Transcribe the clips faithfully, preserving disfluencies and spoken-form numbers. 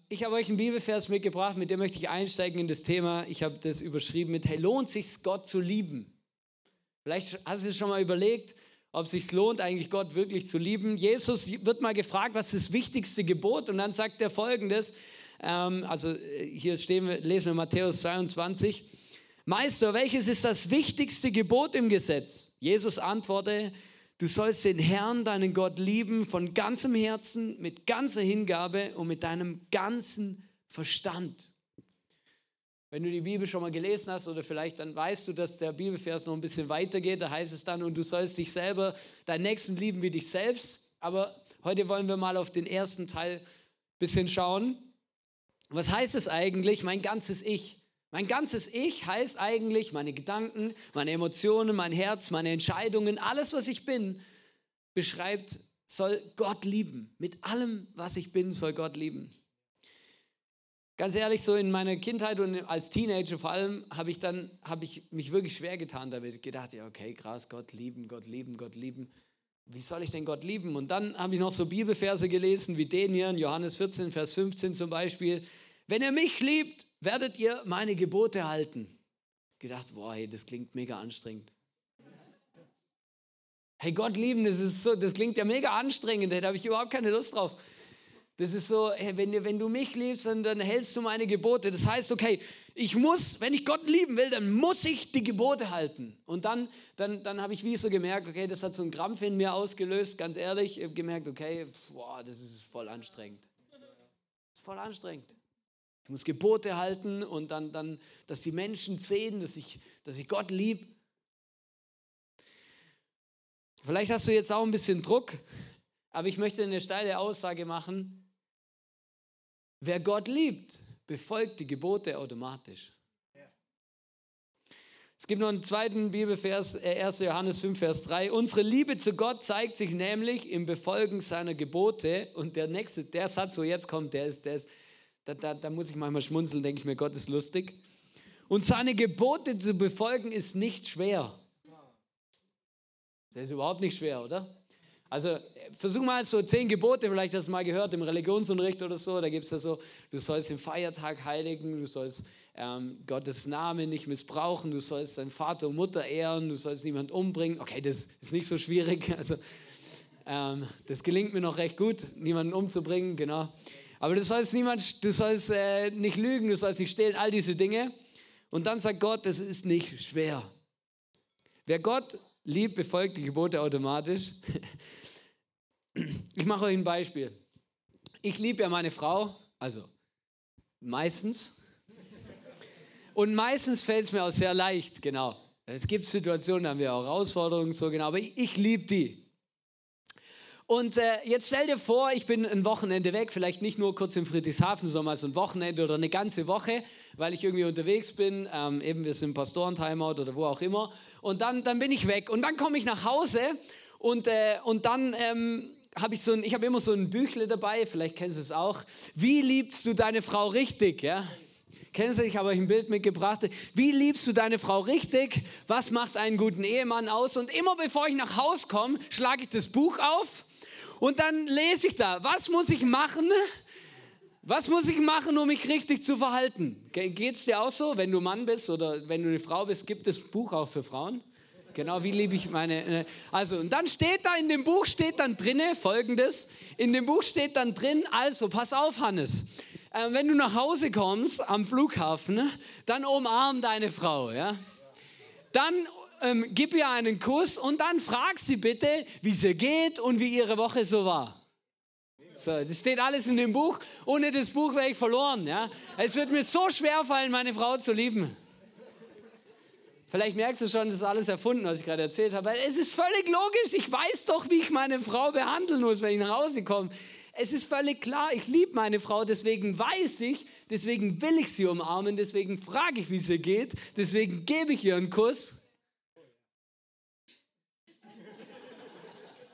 ich habe euch einen Bibelvers mitgebracht, mit dem möchte ich einsteigen in das Thema. Ich habe das überschrieben mit, hey, lohnt sich's, Gott zu lieben? Vielleicht hast du dir schon mal überlegt, ob es sich lohnt, eigentlich Gott wirklich zu lieben. Jesus wird mal gefragt, was ist das wichtigste Gebot? Und dann sagt er Folgendes, ähm, also hier stehen wir, lesen wir Matthäus zweiundzwanzig. Meister, welches ist das wichtigste Gebot im Gesetz? Jesus antwortete, du sollst den Herrn, deinen Gott, lieben von ganzem Herzen, mit ganzer Hingabe und mit deinem ganzen Verstand. Wenn du die Bibel schon mal gelesen hast oder vielleicht dann weißt du, dass der Bibelvers noch ein bisschen weitergeht, da heißt es dann, und du sollst dich selber, deinen Nächsten lieben wie dich selbst. Aber heute wollen wir mal auf den ersten Teil ein bisschen schauen. Was heißt es eigentlich, mein ganzes Ich? Mein ganzes Ich heißt eigentlich meine Gedanken, meine Emotionen, mein Herz, meine Entscheidungen, alles, was ich bin, beschreibt, soll Gott lieben. Mit allem, was ich bin, soll Gott lieben. Ganz ehrlich, so in meiner Kindheit und als Teenager vor allem habe ich dann habe ich mich wirklich schwer getan damit. Gedacht, ja okay, krass, Gott lieben, Gott lieben, Gott lieben. Wie soll ich denn Gott lieben? Und dann habe ich noch so Bibelverse gelesen, wie den hier in Johannes vierzehn, Vers fünfzehn zum Beispiel. Wenn ihr mich liebt, werdet ihr meine Gebote halten. Gedacht, boah, hey, das klingt mega anstrengend. Hey, Gott lieben, das ist so, das klingt ja mega anstrengend, da habe ich überhaupt keine Lust drauf. Das ist so, hey, wenn, wenn du mich liebst, dann, dann hältst du meine Gebote. Das heißt, okay, ich muss, wenn ich Gott lieben will, dann muss ich die Gebote halten. Und dann, dann, dann habe ich wie so gemerkt, okay, das hat so einen Krampf in mir ausgelöst, ganz ehrlich. Ich habe gemerkt, okay, boah, das ist voll anstrengend. Das ist voll anstrengend. Ich muss Gebote halten und dann, dann dass die Menschen sehen, dass ich, dass ich Gott liebe. Vielleicht hast du jetzt auch ein bisschen Druck, aber ich möchte eine steile Aussage machen. Wer Gott liebt, befolgt die Gebote automatisch. Es gibt noch einen zweiten Bibelvers, erster Johannes fünf, Vers drei. Unsere Liebe zu Gott zeigt sich nämlich im Befolgen seiner Gebote. Und der nächste, der Satz, wo jetzt kommt, der ist, der ist da, da, da muss ich manchmal schmunzeln, denke ich mir, Gott ist lustig. Und seine Gebote zu befolgen ist nicht schwer. Das ist überhaupt nicht schwer, oder? Also versuch mal so zehn Gebote, vielleicht hast du mal gehört im Religionsunterricht oder so, da gibt es ja so, du sollst den Feiertag heiligen, du sollst ähm, Gottes Namen nicht missbrauchen, du sollst deinen Vater und Mutter ehren, du sollst niemanden umbringen. Okay, das ist nicht so schwierig, also ähm, das gelingt mir noch recht gut, niemanden umzubringen, genau. Aber du sollst, niemand, du sollst äh, nicht lügen, du sollst nicht stehlen, all diese Dinge. Und dann sagt Gott, das ist nicht schwer. Wer Gott liebt, befolgt die Gebote automatisch. Ich mache euch ein Beispiel. Ich liebe ja meine Frau, also meistens. Und meistens fällt es mir auch sehr leicht, genau. Es gibt Situationen, da haben wir auch Herausforderungen, so genau, aber ich, ich liebe die. Und äh, jetzt stell dir vor, ich bin ein Wochenende weg, vielleicht nicht nur kurz in Friedrichshafen, sondern mal so ein Wochenende oder eine ganze Woche, weil ich irgendwie unterwegs bin, ähm, eben wir sind im Pastoren-Timeout oder wo auch immer. Und dann, dann bin ich weg und dann komme ich nach Hause und, äh, und dann ähm, habe ich so ein, ich habe immer so ein Büchle dabei, vielleicht kennst du es auch. Wie liebst du deine Frau richtig? Ja? Kennst du, ich habe euch ein Bild mitgebracht. Wie liebst du deine Frau richtig? Was macht einen guten Ehemann aus? Und immer bevor ich nach Hause komme, schlage ich das Buch auf. Und dann lese ich da, was muss ich machen? Was muss ich machen, um mich richtig zu verhalten? Geht es dir auch so, wenn du Mann bist oder wenn du eine Frau bist, gibt es Buch auch für Frauen? Genau, wie liebe ich meine... Also, und dann steht da, in dem Buch steht dann drinne Folgendes. In dem Buch steht dann drin, also, pass auf, Hannes. Äh, wenn du nach Hause kommst am Flughafen, dann umarm deine Frau, ja? Dann... Ähm, gib ihr einen Kuss und dann frag sie bitte, wie es ihr geht und wie ihre Woche so war. So, das steht alles in dem Buch. Ohne das Buch wäre ich verloren. Ja? Es wird mir so schwer fallen, meine Frau zu lieben. Vielleicht merkst du schon, das ist alles erfunden, was ich gerade erzählt habe. Weil es ist völlig logisch. Ich weiß doch, wie ich meine Frau behandeln muss, wenn ich nach Hause komme. Es ist völlig klar, ich liebe meine Frau, deswegen weiß ich, deswegen will ich sie umarmen, deswegen frage ich, wie es ihr geht, deswegen gebe ich ihr einen Kuss.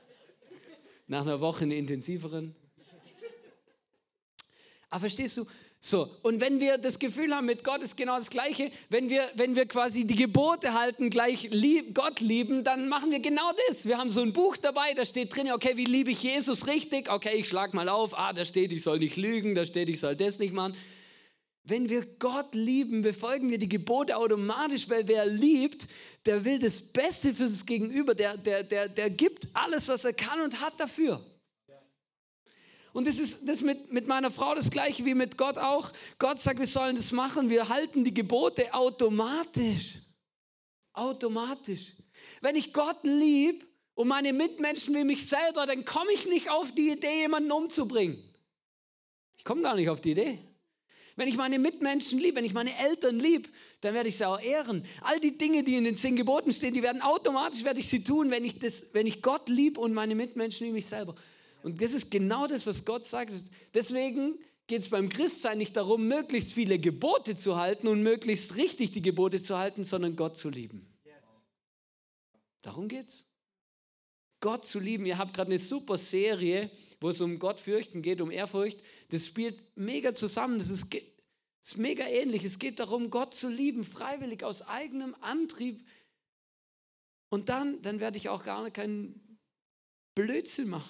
Nach einer Woche einen intensiveren. Aber verstehst du, So, und wenn wir das Gefühl haben, mit Gott ist genau das Gleiche, wenn wir, wenn wir quasi die Gebote halten, gleich lieb, Gott lieben, dann machen wir genau das. Wir haben so ein Buch dabei, da steht drin, okay, wie liebe ich Jesus richtig? Okay, ich schlag mal auf, ah, da steht, ich soll nicht lügen, da steht, ich soll das nicht machen. Wenn wir Gott lieben, befolgen wir die Gebote automatisch, weil wer liebt, der will das Beste für das Gegenüber, der, der, der, der gibt alles, was er kann und hat dafür. Und das ist das mit, mit meiner Frau das Gleiche wie mit Gott auch. Gott sagt, wir sollen das machen. Wir halten die Gebote automatisch. Automatisch. Wenn ich Gott liebe und meine Mitmenschen wie mich selber, dann komme ich nicht auf die Idee, jemanden umzubringen. Ich komme gar nicht auf die Idee. Wenn ich meine Mitmenschen liebe, wenn ich meine Eltern liebe, dann werde ich sie auch ehren. All die Dinge, die in den zehn Geboten stehen, die werden automatisch, werde ich sie tun, wenn ich, das, wenn ich Gott liebe und meine Mitmenschen wie mich selber. Und das ist genau das, was Gott sagt. Deswegen geht es beim Christsein nicht darum, möglichst viele Gebote zu halten und möglichst richtig die Gebote zu halten, sondern Gott zu lieben. Darum geht's. Gott zu lieben. Ihr habt gerade eine super Serie, wo es um Gott fürchten geht, um Ehrfurcht. Das spielt mega zusammen. Das ist, das ist mega ähnlich. Es geht darum, Gott zu lieben, freiwillig, aus eigenem Antrieb. Und dann, dann werde ich auch gar keinen Blödsinn machen.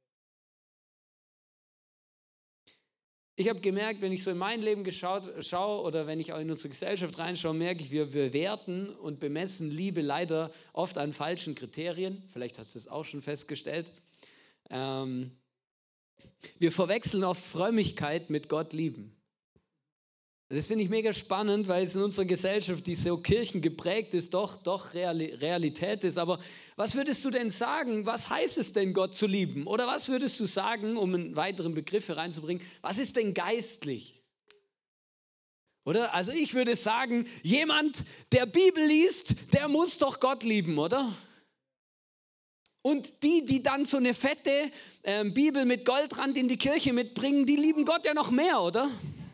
Ich habe gemerkt, wenn ich so in mein Leben geschaut, schaue oder wenn ich auch in unsere Gesellschaft reinschaue, merke ich, wir bewerten und bemessen Liebe leider oft an falschen Kriterien. Vielleicht hast du es auch schon festgestellt. Ähm, wir verwechseln oft Frömmigkeit mit Gott lieben. Das finde ich mega spannend, weil es in unserer Gesellschaft, die so kirchengeprägt ist, doch, doch Realität ist. Aber was würdest du denn sagen, was heißt es denn, Gott zu lieben? Oder was würdest du sagen, um einen weiteren Begriff hier reinzubringen, was ist denn geistlich? Oder? Also ich würde sagen, jemand, der Bibel liest, der muss doch Gott lieben, oder? Und die, die dann so eine fette äh, Bibel mit Goldrand in die Kirche mitbringen, die lieben Gott ja noch mehr, oder?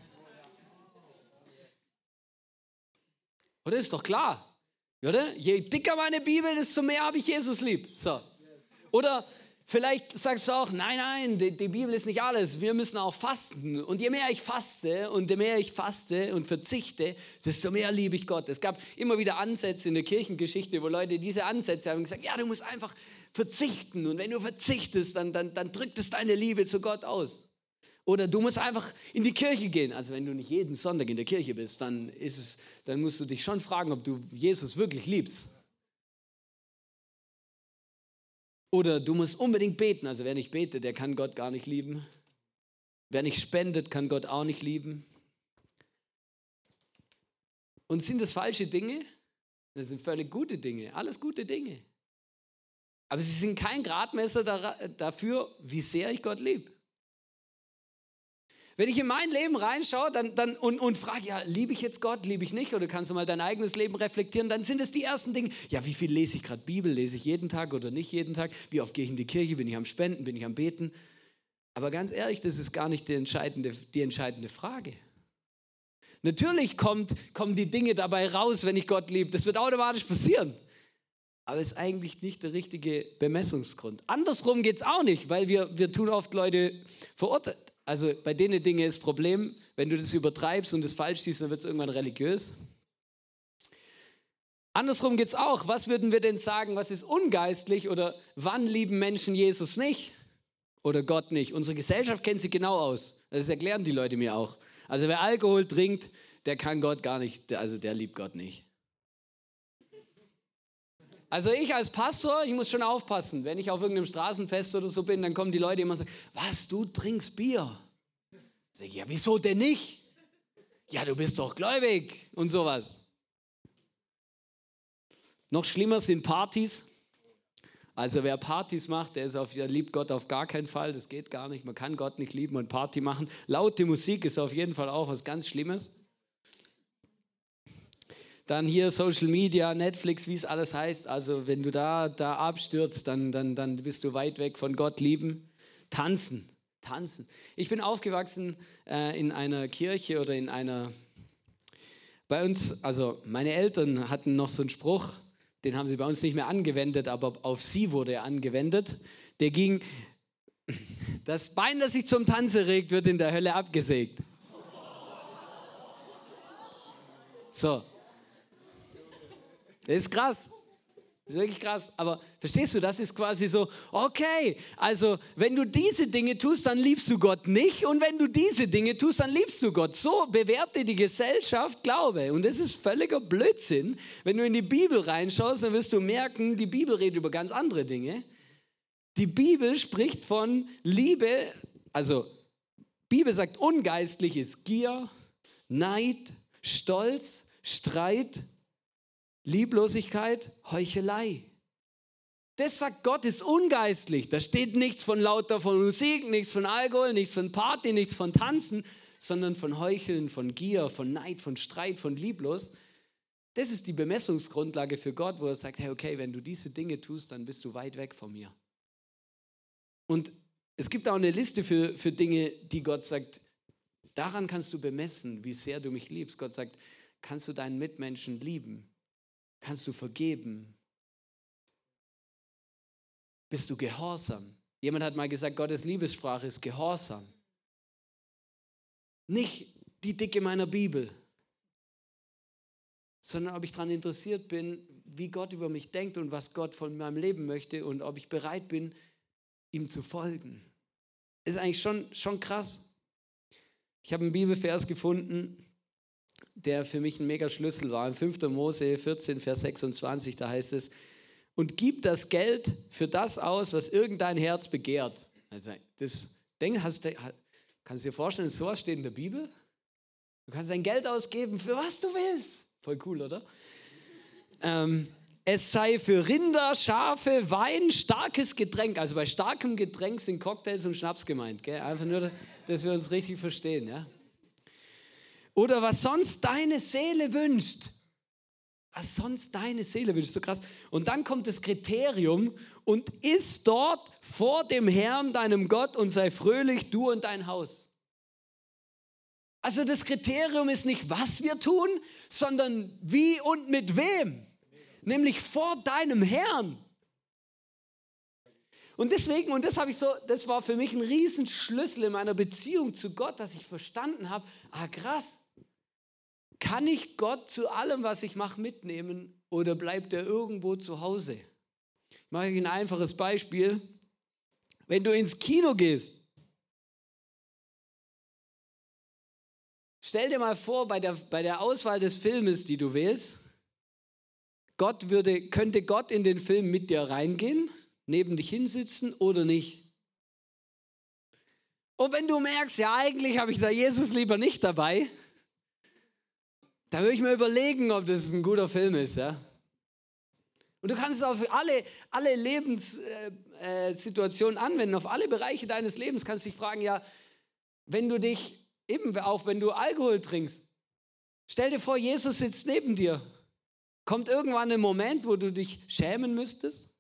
Oder ist doch klar, oder? Je dicker meine Bibel, desto mehr habe ich Jesus lieb. So. Oder vielleicht sagst du auch, nein, nein, die, die Bibel ist nicht alles. Wir müssen auch fasten. Und je mehr ich faste und je mehr ich faste und verzichte, desto mehr liebe ich Gott. Es gab immer wieder Ansätze in der Kirchengeschichte, wo Leute diese Ansätze haben gesagt, ja, du musst einfach verzichten. Und wenn du verzichtest, dann, dann, dann drückt es deine Liebe zu Gott aus. Oder du musst einfach in die Kirche gehen. Also wenn du nicht jeden Sonntag in der Kirche bist, dann, ist es, dann musst du dich schon fragen, ob du Jesus wirklich liebst. Oder du musst unbedingt beten. Also wer nicht betet, der kann Gott gar nicht lieben. Wer nicht spendet, kann Gott auch nicht lieben. Und sind das falsche Dinge? Das sind völlig gute Dinge. Alles gute Dinge. Aber sie sind kein Gradmesser dafür, wie sehr ich Gott liebe. Wenn ich in mein Leben reinschaue dann, dann, und, und frage, ja, liebe ich jetzt Gott, liebe ich nicht? Oder kannst du mal dein eigenes Leben reflektieren? Dann sind es die ersten Dinge. Ja, wie viel lese ich gerade Bibel? Lese ich jeden Tag oder nicht jeden Tag? Wie oft gehe ich in die Kirche? Bin ich am Spenden? Bin ich am Beten? Aber ganz ehrlich, das ist gar nicht die entscheidende, die entscheidende Frage. Natürlich kommt, kommen die Dinge dabei raus, wenn ich Gott liebe. Das wird automatisch passieren. Aber es ist eigentlich nicht der richtige Bemessungsgrund. Andersrum geht es auch nicht, weil wir, wir tun oft Leute verurteilen. Also bei denen Dingen ist das Problem, wenn du das übertreibst und das falsch siehst, dann wird es irgendwann religiös. Andersrum geht es auch. Was würden wir denn sagen, was ist ungeistlich oder wann lieben Menschen Jesus nicht oder Gott nicht? Unsere Gesellschaft kennt sich genau aus. Das erklären die Leute mir auch. Also wer Alkohol trinkt, der kann Gott gar nicht, also der liebt Gott nicht. Also ich als Pastor, ich muss schon aufpassen. Wenn ich auf irgendeinem Straßenfest oder so bin, dann kommen die Leute immer und sagen, was, du trinkst Bier? Sag ich, ja, wieso denn nicht? Ja, du bist doch gläubig und sowas. Noch schlimmer sind Partys. Also wer Partys macht, der, ist auf, der liebt Gott auf gar keinen Fall. Das geht gar nicht. Man kann Gott nicht lieben und Party machen. Laute Musik ist auf jeden Fall auch was ganz Schlimmes. Dann hier Social Media, Netflix, wie es alles heißt. Also wenn du da, da abstürzt, dann, dann, dann bist du weit weg von Gott lieben. Tanzen, tanzen. Ich bin aufgewachsen äh, in einer Kirche oder in einer... Bei uns, also meine Eltern hatten noch so einen Spruch, den haben sie bei uns nicht mehr angewendet, aber auf sie wurde er angewendet. Der ging, das Bein, das sich zum Tanze regt, wird in der Hölle abgesägt. So. Das ist krass. Das ist wirklich krass. Aber verstehst du, das ist quasi so, okay, also wenn du diese Dinge tust, dann liebst du Gott nicht. Und wenn du diese Dinge tust, dann liebst du Gott. So bewährte die Gesellschaft Glaube. Und das ist völliger Blödsinn. Wenn du in die Bibel reinschaust, dann wirst du merken, die Bibel redet über ganz andere Dinge. Die Bibel spricht von Liebe, also Bibel sagt, ungeistlich ist Gier, Neid, Stolz, Streit, Lieblosigkeit, Heuchelei. Das sagt Gott, ist ungeistlich. Da steht nichts von lauter von Musik, nichts von Alkohol, nichts von Party, nichts von Tanzen, sondern von Heucheln, von Gier, von Neid, von Streit, von Lieblos. Das ist die Bemessungsgrundlage für Gott, wo er sagt, hey, okay, wenn du diese Dinge tust, dann bist du weit weg von mir. Und es gibt auch eine Liste für, für Dinge, die Gott sagt, daran kannst du bemessen, wie sehr du mich liebst. Gott sagt, kannst du deinen Mitmenschen lieben? Kannst du vergeben? Bist du gehorsam? Jemand hat mal gesagt, Gottes Liebessprache ist Gehorsam. Nicht die Dicke meiner Bibel, sondern ob ich daran interessiert bin, wie Gott über mich denkt und was Gott von meinem Leben möchte und ob ich bereit bin, ihm zu folgen. Ist eigentlich schon, schon krass. Ich habe einen Bibelvers gefunden, der für mich ein mega Schlüssel war. In fünfter Mose vierzehn, Vers sechsundzwanzig, da heißt es, und gib das Geld für das aus, was irgendein Herz begehrt. Also das, denk, hast, kannst du dir vorstellen, sowas steht in der Bibel? Du kannst dein Geld ausgeben, für was du willst. Voll cool, oder? Ähm, es sei für Rinder, Schafe, Wein, starkes Getränk. Also bei starkem Getränk sind Cocktails und Schnaps gemeint. Gell? Einfach nur, dass wir uns richtig verstehen. Ja? Oder was sonst deine Seele wünscht. Was sonst deine Seele wünscht. So krass. Und dann kommt das Kriterium und iss dort vor dem Herrn, deinem Gott, und sei fröhlich, du und dein Haus. Also das Kriterium ist nicht, was wir tun, sondern wie und mit wem. Nämlich vor deinem Herrn. Und deswegen, und das habe ich so, das war für mich ein Riesenschlüssel in meiner Beziehung zu Gott, dass ich verstanden habe, ah krass, kann ich Gott zu allem, was ich mache, mitnehmen oder bleibt er irgendwo zu Hause? Ich mache euch ein einfaches Beispiel. Wenn du ins Kino gehst, stell dir mal vor, bei der, bei der Auswahl des Filmes, die du wählst, Gott würde, könnte Gott in den Film mit dir reingehen, neben dich hinsitzen oder nicht? Und wenn du merkst, ja eigentlich habe ich da Jesus lieber nicht dabei, da würde ich mir überlegen, ob das ein guter Film ist. Ja? Und du kannst es auf alle, alle Lebenssituationen äh, äh, anwenden, auf alle Bereiche deines Lebens kannst du dich fragen, ja, wenn du dich, eben auch wenn du Alkohol trinkst, stell dir vor, Jesus sitzt neben dir. Kommt irgendwann ein Moment, wo du dich schämen müsstest?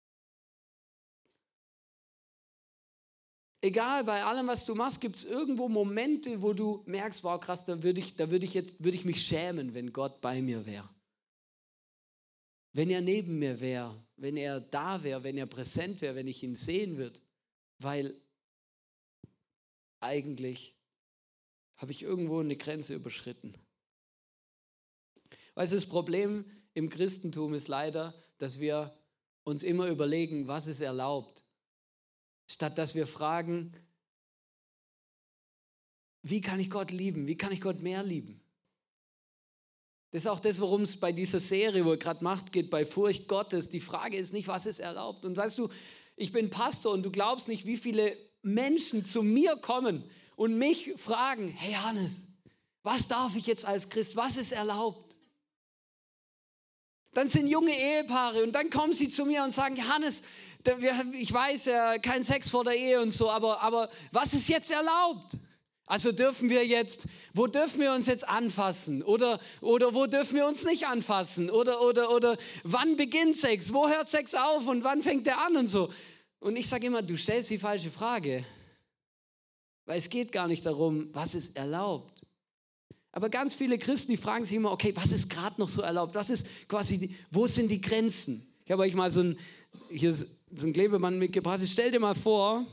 Egal, bei allem, was du machst, gibt es irgendwo Momente, wo du merkst, wow, krass, da würde ich, da würde ich jetzt, würde ich mich schämen, wenn Gott bei mir wäre. Wenn er neben mir wäre, wenn er da wäre, wenn er präsent wäre, wenn ich ihn sehen würde. Weil eigentlich habe ich irgendwo eine Grenze überschritten. Weil das Problem im Christentum ist leider, dass wir uns immer überlegen, was ist erlaubt, statt dass wir fragen, wie kann ich Gott lieben, wie kann ich Gott mehr lieben? Das ist auch das, worum es bei dieser Serie, wo ihr gerade macht, geht, bei Furcht Gottes. Die Frage ist nicht, was ist erlaubt. Und weißt du, ich bin Pastor und du glaubst nicht, wie viele Menschen zu mir kommen und mich fragen, hey Hannes, was darf ich jetzt als Christ, was ist erlaubt? Dann sind junge Ehepaare und dann kommen sie zu mir und sagen, Hannes, ich weiß ja, kein Sex vor der Ehe und so, aber, aber was ist jetzt erlaubt? Also dürfen wir jetzt, wo dürfen wir uns jetzt anfassen? Oder, oder wo dürfen wir uns nicht anfassen? Oder, oder, oder wann beginnt Sex? Wo hört Sex auf und wann fängt er an und so? Und ich sage immer, du stellst die falsche Frage. Weil es geht gar nicht darum, was ist erlaubt. Aber ganz viele Christen, die fragen sich immer, okay, was ist gerade noch so erlaubt? Was ist quasi, die, wo sind die Grenzen? Ich habe euch mal so ein, hier so ein Klebeband mitgebracht. Stell dir mal vor,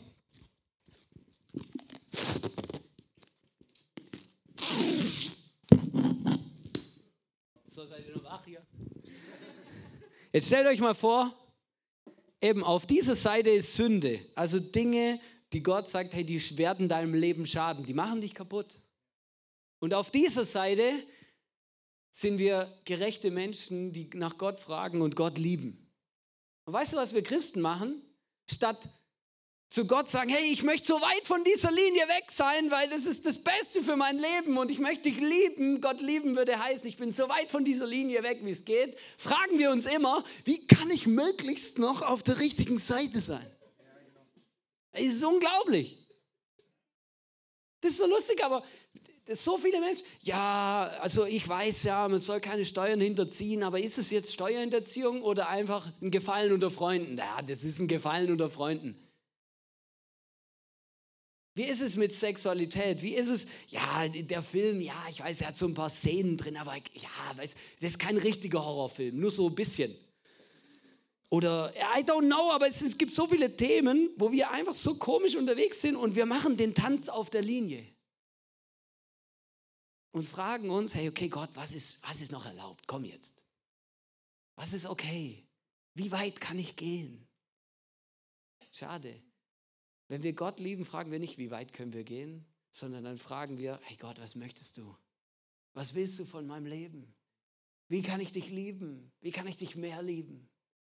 So seid ihr noch wach hier. Jetzt stellt euch mal vor, eben auf dieser Seite ist Sünde. Also Dinge, die Gott sagt, hey, die werden deinem Leben schaden. Die machen dich kaputt. Und auf dieser Seite sind wir gerechte Menschen, die nach Gott fragen und Gott lieben. Und weißt du, was wir Christen machen? Statt zu Gott sagen, hey, ich möchte so weit von dieser Linie weg sein, weil das ist das Beste für mein Leben und ich möchte dich lieben. Gott lieben würde heißen, ich bin so weit von dieser Linie weg, wie es geht. Fragen wir uns immer, wie kann ich möglichst noch auf der richtigen Seite sein? Es ist unglaublich. Das ist so lustig, aber so viele Menschen, ja, also ich weiß ja, man soll keine Steuern hinterziehen, aber ist es jetzt Steuerhinterziehung oder einfach ein Gefallen unter Freunden? Ja, das ist ein Gefallen unter Freunden. Wie ist es mit Sexualität? Wie ist es, ja, der Film, ja, ich weiß, er hat so ein paar Szenen drin, aber ja, weiß, das ist kein richtiger Horrorfilm, nur so ein bisschen. Oder, I don't know, aber es, es gibt so viele Themen, wo wir einfach so komisch unterwegs sind und wir machen den Tanz auf der Linie. Und fragen uns, hey, okay, Gott, was ist, was ist noch erlaubt? Komm jetzt. Was ist okay? Wie weit kann ich gehen? Schade. Wenn wir Gott lieben, fragen wir nicht, wie weit können wir gehen, sondern dann fragen wir, hey Gott, was möchtest du? Was willst du von meinem Leben? Wie kann ich dich lieben? Wie kann ich dich mehr lieben?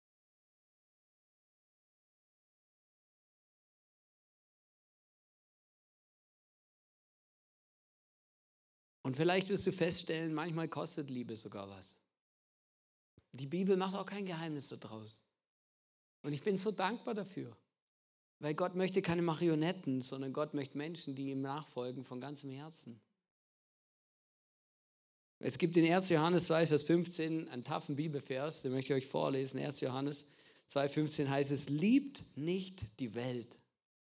Und vielleicht wirst du feststellen, manchmal kostet Liebe sogar was. Die Bibel macht auch kein Geheimnis daraus. Und ich bin so dankbar dafür. Weil Gott möchte keine Marionetten, sondern Gott möchte Menschen, die ihm nachfolgen von ganzem Herzen. Es gibt in erster Johannes zwei, Vers fünfzehn einen taffen Bibelvers, den möchte ich euch vorlesen. erster Johannes zwei, fünfzehn heißt es, liebt nicht die Welt.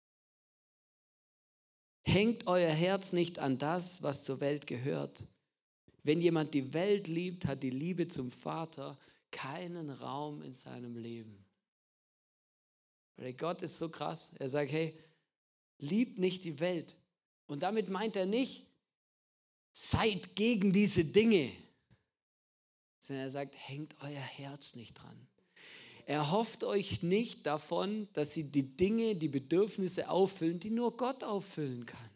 Hängt euer Herz nicht an das, was zur Welt gehört. Wenn jemand die Welt liebt, hat die Liebe zum Vater keinen Raum in seinem Leben. Weil Gott ist so krass. Er sagt, hey, liebt nicht die Welt. Und damit meint er nicht, seid gegen diese Dinge. Sondern er sagt, hängt euer Herz nicht dran. Er hofft euch nicht davon, dass sie die Dinge, die Bedürfnisse auffüllen, die nur Gott auffüllen kann.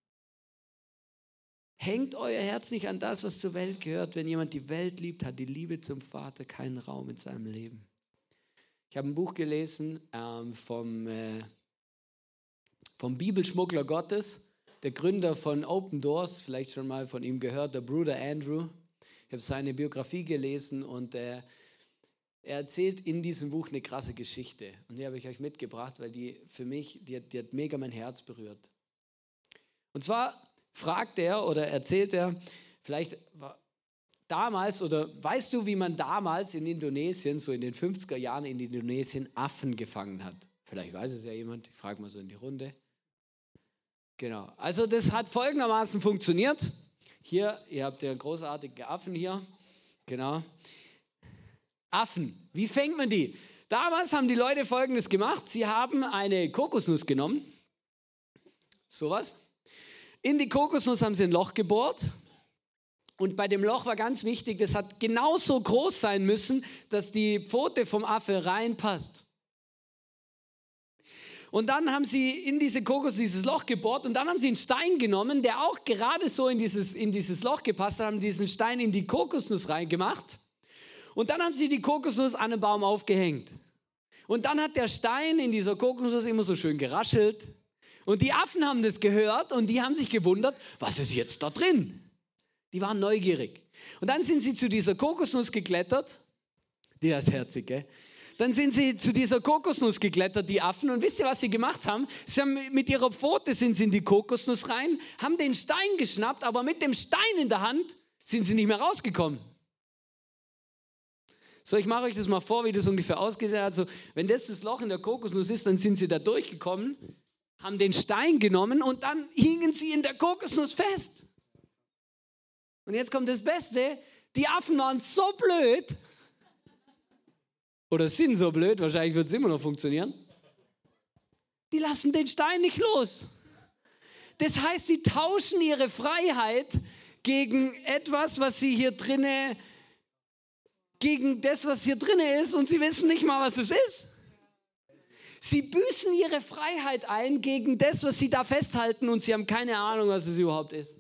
Hängt euer Herz nicht an das, was zur Welt gehört. Wenn jemand die Welt liebt, hat die Liebe zum Vater keinen Raum in seinem Leben. Ich habe ein Buch gelesen ähm, vom, äh, vom Bibelschmuggler Gottes, der Gründer von Open Doors, vielleicht schon mal von ihm gehört, der Bruder Andrew. Ich habe seine Biografie gelesen und äh, er erzählt in diesem Buch eine krasse Geschichte. Und die habe ich euch mitgebracht, weil die für mich, die hat, die hat mega mein Herz berührt. Und zwar fragt er oder erzählt er, vielleicht damals oder weißt du, wie man damals in Indonesien, so in den fünfziger Jahren in Indonesien Affen gefangen hat? Vielleicht weiß es ja jemand, ich frage mal so in die Runde. Genau, also das hat folgendermaßen funktioniert. Hier, ihr habt ja großartige Affen hier, genau. Affen, wie fängt man die? Damals haben die Leute Folgendes gemacht. Sie haben eine Kokosnuss genommen, sowas. In die Kokosnuss haben sie ein Loch gebohrt. Und bei dem Loch war ganz wichtig, das hat genauso groß sein müssen, dass die Pfote vom Affe reinpasst. Und dann haben sie in diese Kokosnuss dieses Loch gebohrt und dann haben sie einen Stein genommen, der auch gerade so in dieses, in dieses Loch gepasst hat, haben diesen Stein in die Kokosnuss reingemacht. Und dann haben sie die Kokosnuss an den Baum aufgehängt. Und dann hat der Stein in dieser Kokosnuss immer so schön geraschelt. Und die Affen haben das gehört und die haben sich gewundert, was ist jetzt da drin? Die waren neugierig. Und dann sind sie zu dieser Kokosnuss geklettert. Die ist herzig, gell? Dann sind sie zu dieser Kokosnuss geklettert, die Affen. Und wisst ihr, was sie gemacht haben? Sie haben mit ihrer Pfote sind sie in die Kokosnuss rein, haben den Stein geschnappt, aber mit dem Stein in der Hand sind sie nicht mehr rausgekommen. So, ich mache euch das mal vor, wie das ungefähr ausgesehen hat. Also, wenn das das Loch in der Kokosnuss ist, dann sind sie da durchgekommen, haben den Stein genommen und dann hingen sie in der Kokosnuss fest. Und jetzt kommt das Beste, die Affen waren so blöd, oder sind so blöd, wahrscheinlich wird es immer noch funktionieren, die lassen den Stein nicht los. Das heißt, sie tauschen ihre Freiheit gegen etwas, was sie hier drinnen gegen das, was hier drin ist und sie wissen nicht mal, was es ist. Sie büßen ihre Freiheit ein gegen das, was sie da festhalten und sie haben keine Ahnung, was es überhaupt ist.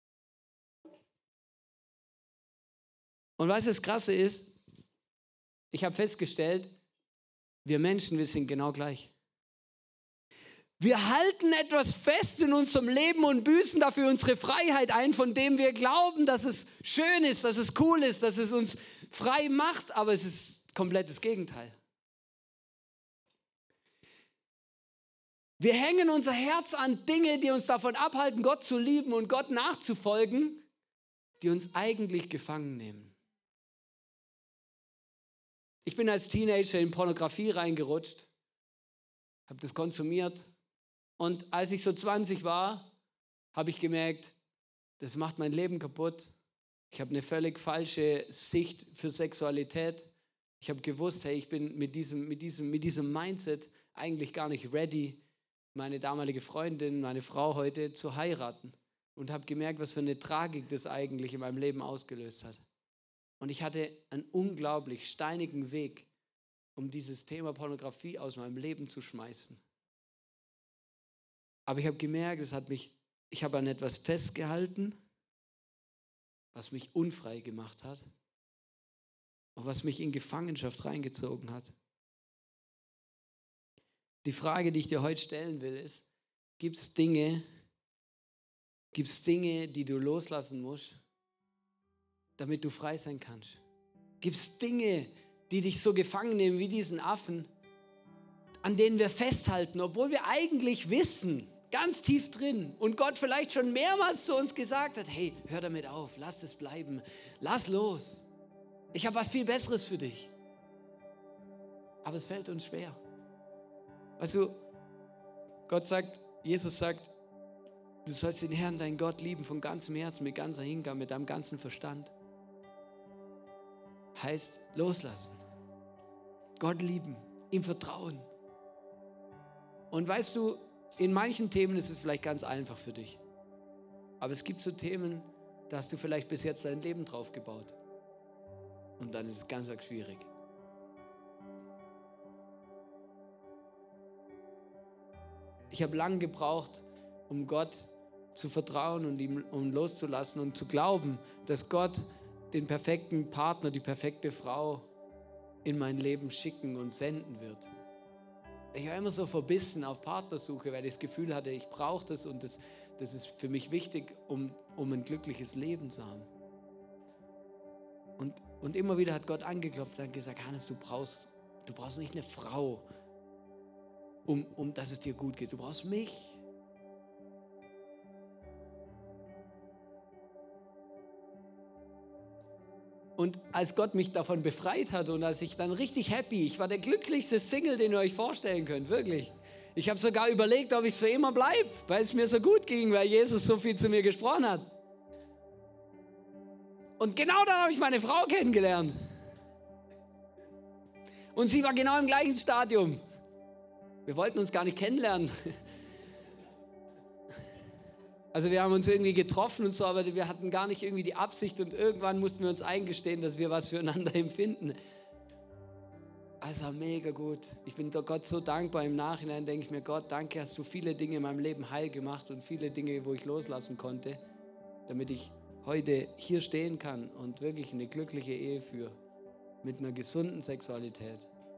Und was das Krasse ist, ich habe festgestellt, wir Menschen, wir sind genau gleich. Wir halten etwas fest in unserem Leben und büßen dafür unsere Freiheit ein, von dem wir glauben, dass es schön ist, dass es cool ist, dass es uns frei macht, aber es ist komplett das Gegenteil. Wir hängen unser Herz an Dinge, die uns davon abhalten, Gott zu lieben und Gott nachzufolgen, die uns eigentlich gefangen nehmen. Ich bin als Teenager in Pornografie reingerutscht, habe das konsumiert und als ich so zwanzig war, habe ich gemerkt, das macht mein Leben kaputt. Ich habe eine völlig falsche Sicht für Sexualität. Ich habe gewusst, hey, ich bin mit diesem, mit diesem, mit diesem Mindset eigentlich gar nicht ready, meine damalige Freundin, meine Frau heute zu heiraten. Und habe gemerkt, was für eine Tragik das eigentlich in meinem Leben ausgelöst hat. Und ich hatte einen unglaublich steinigen Weg, um dieses Thema Pornografie aus meinem Leben zu schmeißen. Aber ich habe gemerkt, es hat mich, ich habe an etwas festgehalten, was mich unfrei gemacht hat und was mich in Gefangenschaft reingezogen hat. Die Frage, die ich dir heute stellen will, ist, gibt es Dinge, gibt es Dinge, die du loslassen musst, damit du frei sein kannst? Gibt es Dinge, die dich so gefangen nehmen wie diesen Affen, an denen wir festhalten, obwohl wir eigentlich wissen, ganz tief drin, und Gott vielleicht schon mehrmals zu uns gesagt hat, hey, hör damit auf, lass es bleiben, lass los. Ich habe was viel Besseres für dich. Aber es fällt uns schwer. Weißt du, Gott sagt, Jesus sagt, du sollst den Herrn, deinen Gott, lieben von ganzem Herzen, mit ganzer Hingabe, mit deinem ganzen Verstand. Heißt loslassen. Gott lieben, ihm vertrauen. Und weißt du, in manchen Themen ist es vielleicht ganz einfach für dich. Aber es gibt so Themen, da hast du vielleicht bis jetzt dein Leben drauf gebaut. Und dann ist es ganz arg schwierig. Ich habe lange gebraucht, um Gott zu vertrauen und ihm um loszulassen und zu glauben, dass Gott den perfekten Partner, die perfekte Frau in mein Leben schicken und senden wird. Ich war immer so verbissen auf Partnersuche, weil ich das Gefühl hatte, ich brauche das und das, das ist für mich wichtig, um, um ein glückliches Leben zu haben. Und, und immer wieder hat Gott angeklopft und gesagt, Hannes, du brauchst, du brauchst nicht eine Frau, um, um dass es dir gut geht. Du brauchst mich. Und als Gott mich davon befreit hat und als ich dann richtig happy, ich war der glücklichste Single, den ihr euch vorstellen könnt, wirklich. Ich habe sogar überlegt, ob ich es für immer bleibe, weil es mir so gut ging, weil Jesus so viel zu mir gesprochen hat. Und genau dann habe ich meine Frau kennengelernt. Und sie war genau im gleichen Stadium. Wir wollten uns gar nicht kennenlernen. Also wir haben uns irgendwie getroffen und so, aber wir hatten gar nicht irgendwie die Absicht und irgendwann mussten wir uns eingestehen, dass wir was füreinander empfinden. Also mega gut. Ich bin Gott so dankbar. Im Nachhinein denke ich mir, Gott, danke, hast du viele Dinge in meinem Leben heil gemacht und viele Dinge, wo ich loslassen konnte, damit ich heute hier stehen kann und wirklich eine glückliche Ehe führe, mit einer gesunden Sexualität.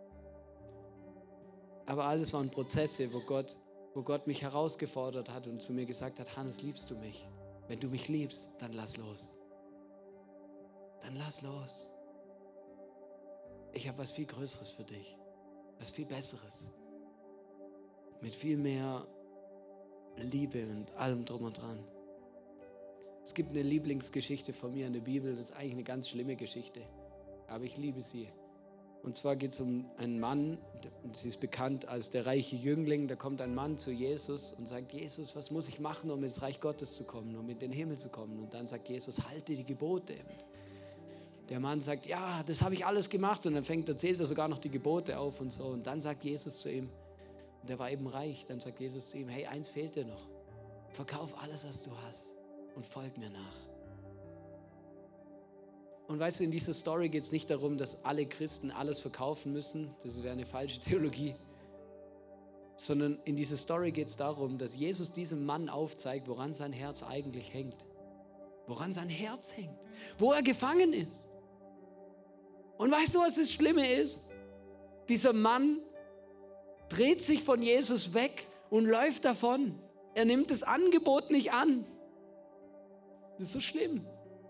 Aber alles waren Prozesse, wo Gott wo Gott mich herausgefordert hat und zu mir gesagt hat, Hannes, liebst du mich? Wenn du mich liebst, dann lass los. Dann lass los. Ich habe was viel Größeres für dich, was viel Besseres. Mit viel mehr Liebe und allem drum und dran. Es gibt eine Lieblingsgeschichte von mir in der Bibel, das ist eigentlich eine ganz schlimme Geschichte, aber ich liebe sie. Und zwar geht es um einen Mann, sie ist bekannt als der reiche Jüngling. Da kommt ein Mann zu Jesus und sagt, Jesus, was muss ich machen, um ins Reich Gottes zu kommen, um in den Himmel zu kommen? Und dann sagt Jesus, halte die Gebote. Und der Mann sagt, ja, das habe ich alles gemacht. Und dann fängt, erzählt er sogar noch die Gebote auf und so. Und dann sagt Jesus zu ihm, und der war eben reich, dann sagt Jesus zu ihm, hey, eins fehlt dir noch. Verkauf alles, was du hast und folg mir nach. Und weißt du, in dieser Story geht es nicht darum, dass alle Christen alles verkaufen müssen. Das wäre eine falsche Theologie. Sondern in dieser Story geht es darum, dass Jesus diesem Mann aufzeigt, woran sein Herz eigentlich hängt. Woran sein Herz hängt. Wo er gefangen ist. Und weißt du, was das Schlimme ist? Dieser Mann dreht sich von Jesus weg und läuft davon. Er nimmt das Angebot nicht an. Das ist so schlimm.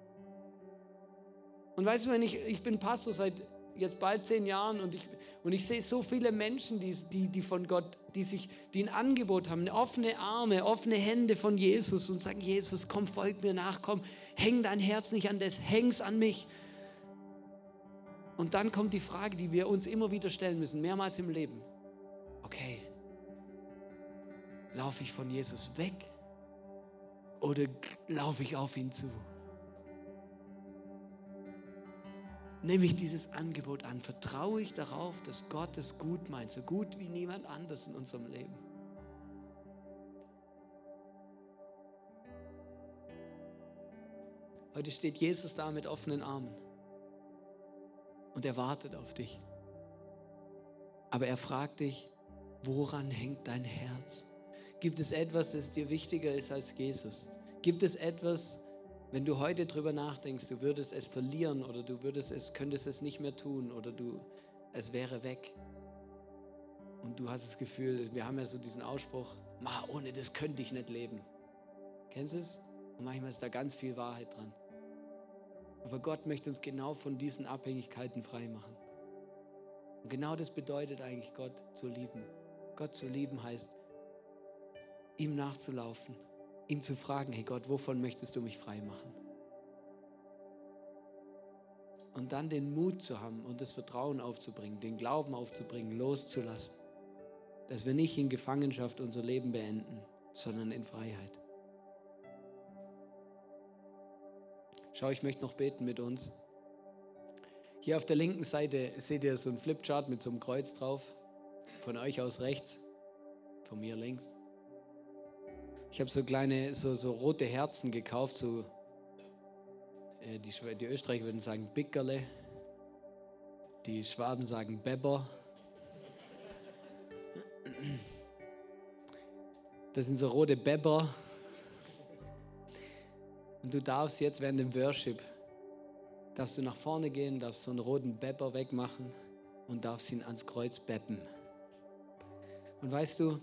Und weißt du, wenn ich, ich bin Pastor seit jetzt bald zehn Jahren und ich, und ich sehe so viele Menschen, die, die, die von Gott, die sich, die ein Angebot haben, offene Arme, offene Hände von Jesus und sagen, Jesus, komm, folg mir nach, komm, häng dein Herz nicht an das, häng's an mich. Und dann kommt die Frage, die wir uns immer wieder stellen müssen, mehrmals im Leben. Okay, laufe ich von Jesus weg oder laufe ich auf ihn zu? Nehme ich dieses Angebot an? Vertraue ich darauf, dass Gott es gut meint, so gut wie niemand anders in unserem Leben? Heute steht Jesus da mit offenen Armen und er wartet auf dich. Aber er fragt dich, woran hängt dein Herz? Gibt es etwas, das dir wichtiger ist als Jesus? Gibt es etwas, wenn du heute drüber nachdenkst, du würdest es verlieren oder du würdest es, könntest es nicht mehr tun oder du, es wäre weg. Und du hast das Gefühl, wir haben ja so diesen Ausspruch, Ma, ohne das könnte ich nicht leben. Kennst du es? Und manchmal ist da ganz viel Wahrheit dran. Aber Gott möchte uns genau von diesen Abhängigkeiten frei machen. Und genau das bedeutet eigentlich, Gott zu lieben. Gott zu lieben heißt, ihm nachzulaufen. Ihn zu fragen, hey Gott, wovon möchtest du mich frei machen? Und dann den Mut zu haben und das Vertrauen aufzubringen, den Glauben aufzubringen, loszulassen. Dass wir nicht in Gefangenschaft unser Leben beenden, sondern in Freiheit. Schau, ich möchte noch beten mit uns. Hier auf der linken Seite seht ihr so einen Flipchart mit so einem Kreuz drauf. Von euch aus rechts, von mir links. Ich habe so kleine, so, so rote Herzen gekauft, so äh, die, die Österreicher würden sagen Bickerle, die Schwaben sagen Beber. Das sind so rote Beber. Und du darfst jetzt während dem Worship, darfst du nach vorne gehen, darfst so einen roten Beber wegmachen und darfst ihn ans Kreuz beppen. Und weißt du,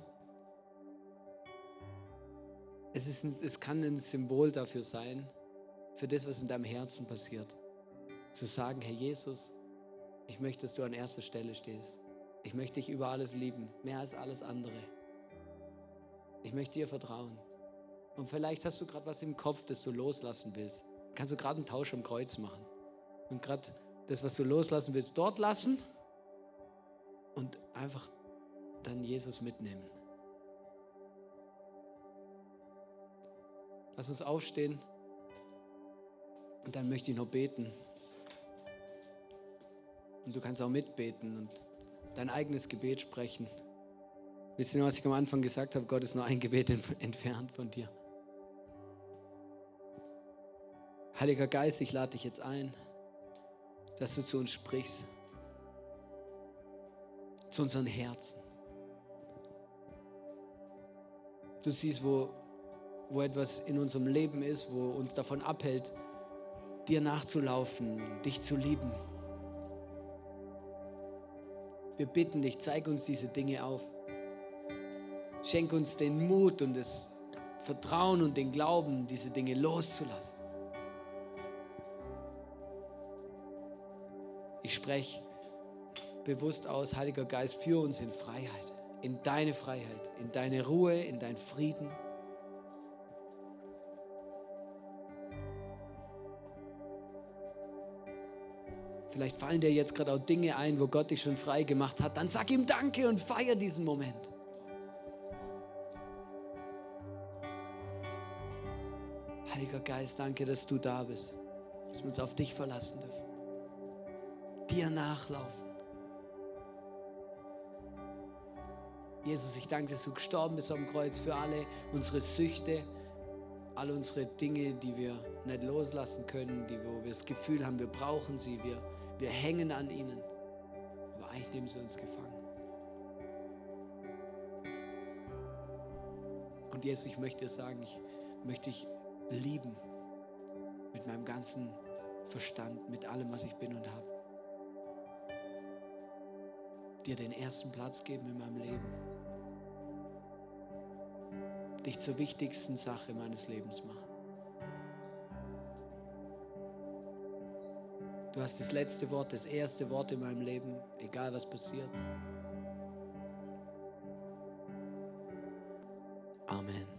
Es, ist ein, es kann ein Symbol dafür sein, für das, was in deinem Herzen passiert. Zu sagen, Herr Jesus, ich möchte, dass du an erster Stelle stehst. Ich möchte dich über alles lieben, mehr als alles andere. Ich möchte dir vertrauen. Und vielleicht hast du gerade was im Kopf, das du loslassen willst. Kannst du gerade einen Tausch am Kreuz machen. Und gerade das, was du loslassen willst, dort lassen und einfach dann Jesus mitnehmen. Lass uns aufstehen und dann möchte ich noch beten. Und du kannst auch mitbeten und dein eigenes Gebet sprechen. Wisst ihr noch, was ich am Anfang gesagt habe? Gott ist nur ein Gebet entfernt von dir. Heiliger Geist, ich lade dich jetzt ein, dass du zu uns sprichst. Zu unseren Herzen. Du siehst, wo wo etwas in unserem Leben ist, wo uns davon abhält, dir nachzulaufen, dich zu lieben. Wir bitten dich, zeig uns diese Dinge auf. Schenk uns den Mut und das Vertrauen und den Glauben, diese Dinge loszulassen. Ich spreche bewusst aus, Heiliger Geist, führe uns in Freiheit, in deine Freiheit, in deine Ruhe, in deinen Frieden. Vielleicht fallen dir jetzt gerade auch Dinge ein, wo Gott dich schon frei gemacht hat. Dann sag ihm Danke und feier diesen Moment. Heiliger Geist, danke, dass du da bist. Dass wir uns auf dich verlassen dürfen. Dir nachlaufen. Jesus, ich danke, dass du gestorben bist am Kreuz für alle unsere Süchte, alle unsere Dinge, die wir nicht loslassen können, die, wo wir das Gefühl haben, wir brauchen sie, wir, wir hängen an ihnen. Aber eigentlich nehmen sie uns gefangen. Und Jesus, ich möchte dir sagen, ich möchte dich lieben mit meinem ganzen Verstand, mit allem, was ich bin und habe. Dir den ersten Platz geben in meinem Leben. Dich zur wichtigsten Sache meines Lebens machen. Du hast das letzte Wort, das erste Wort in meinem Leben, egal was passiert. Amen.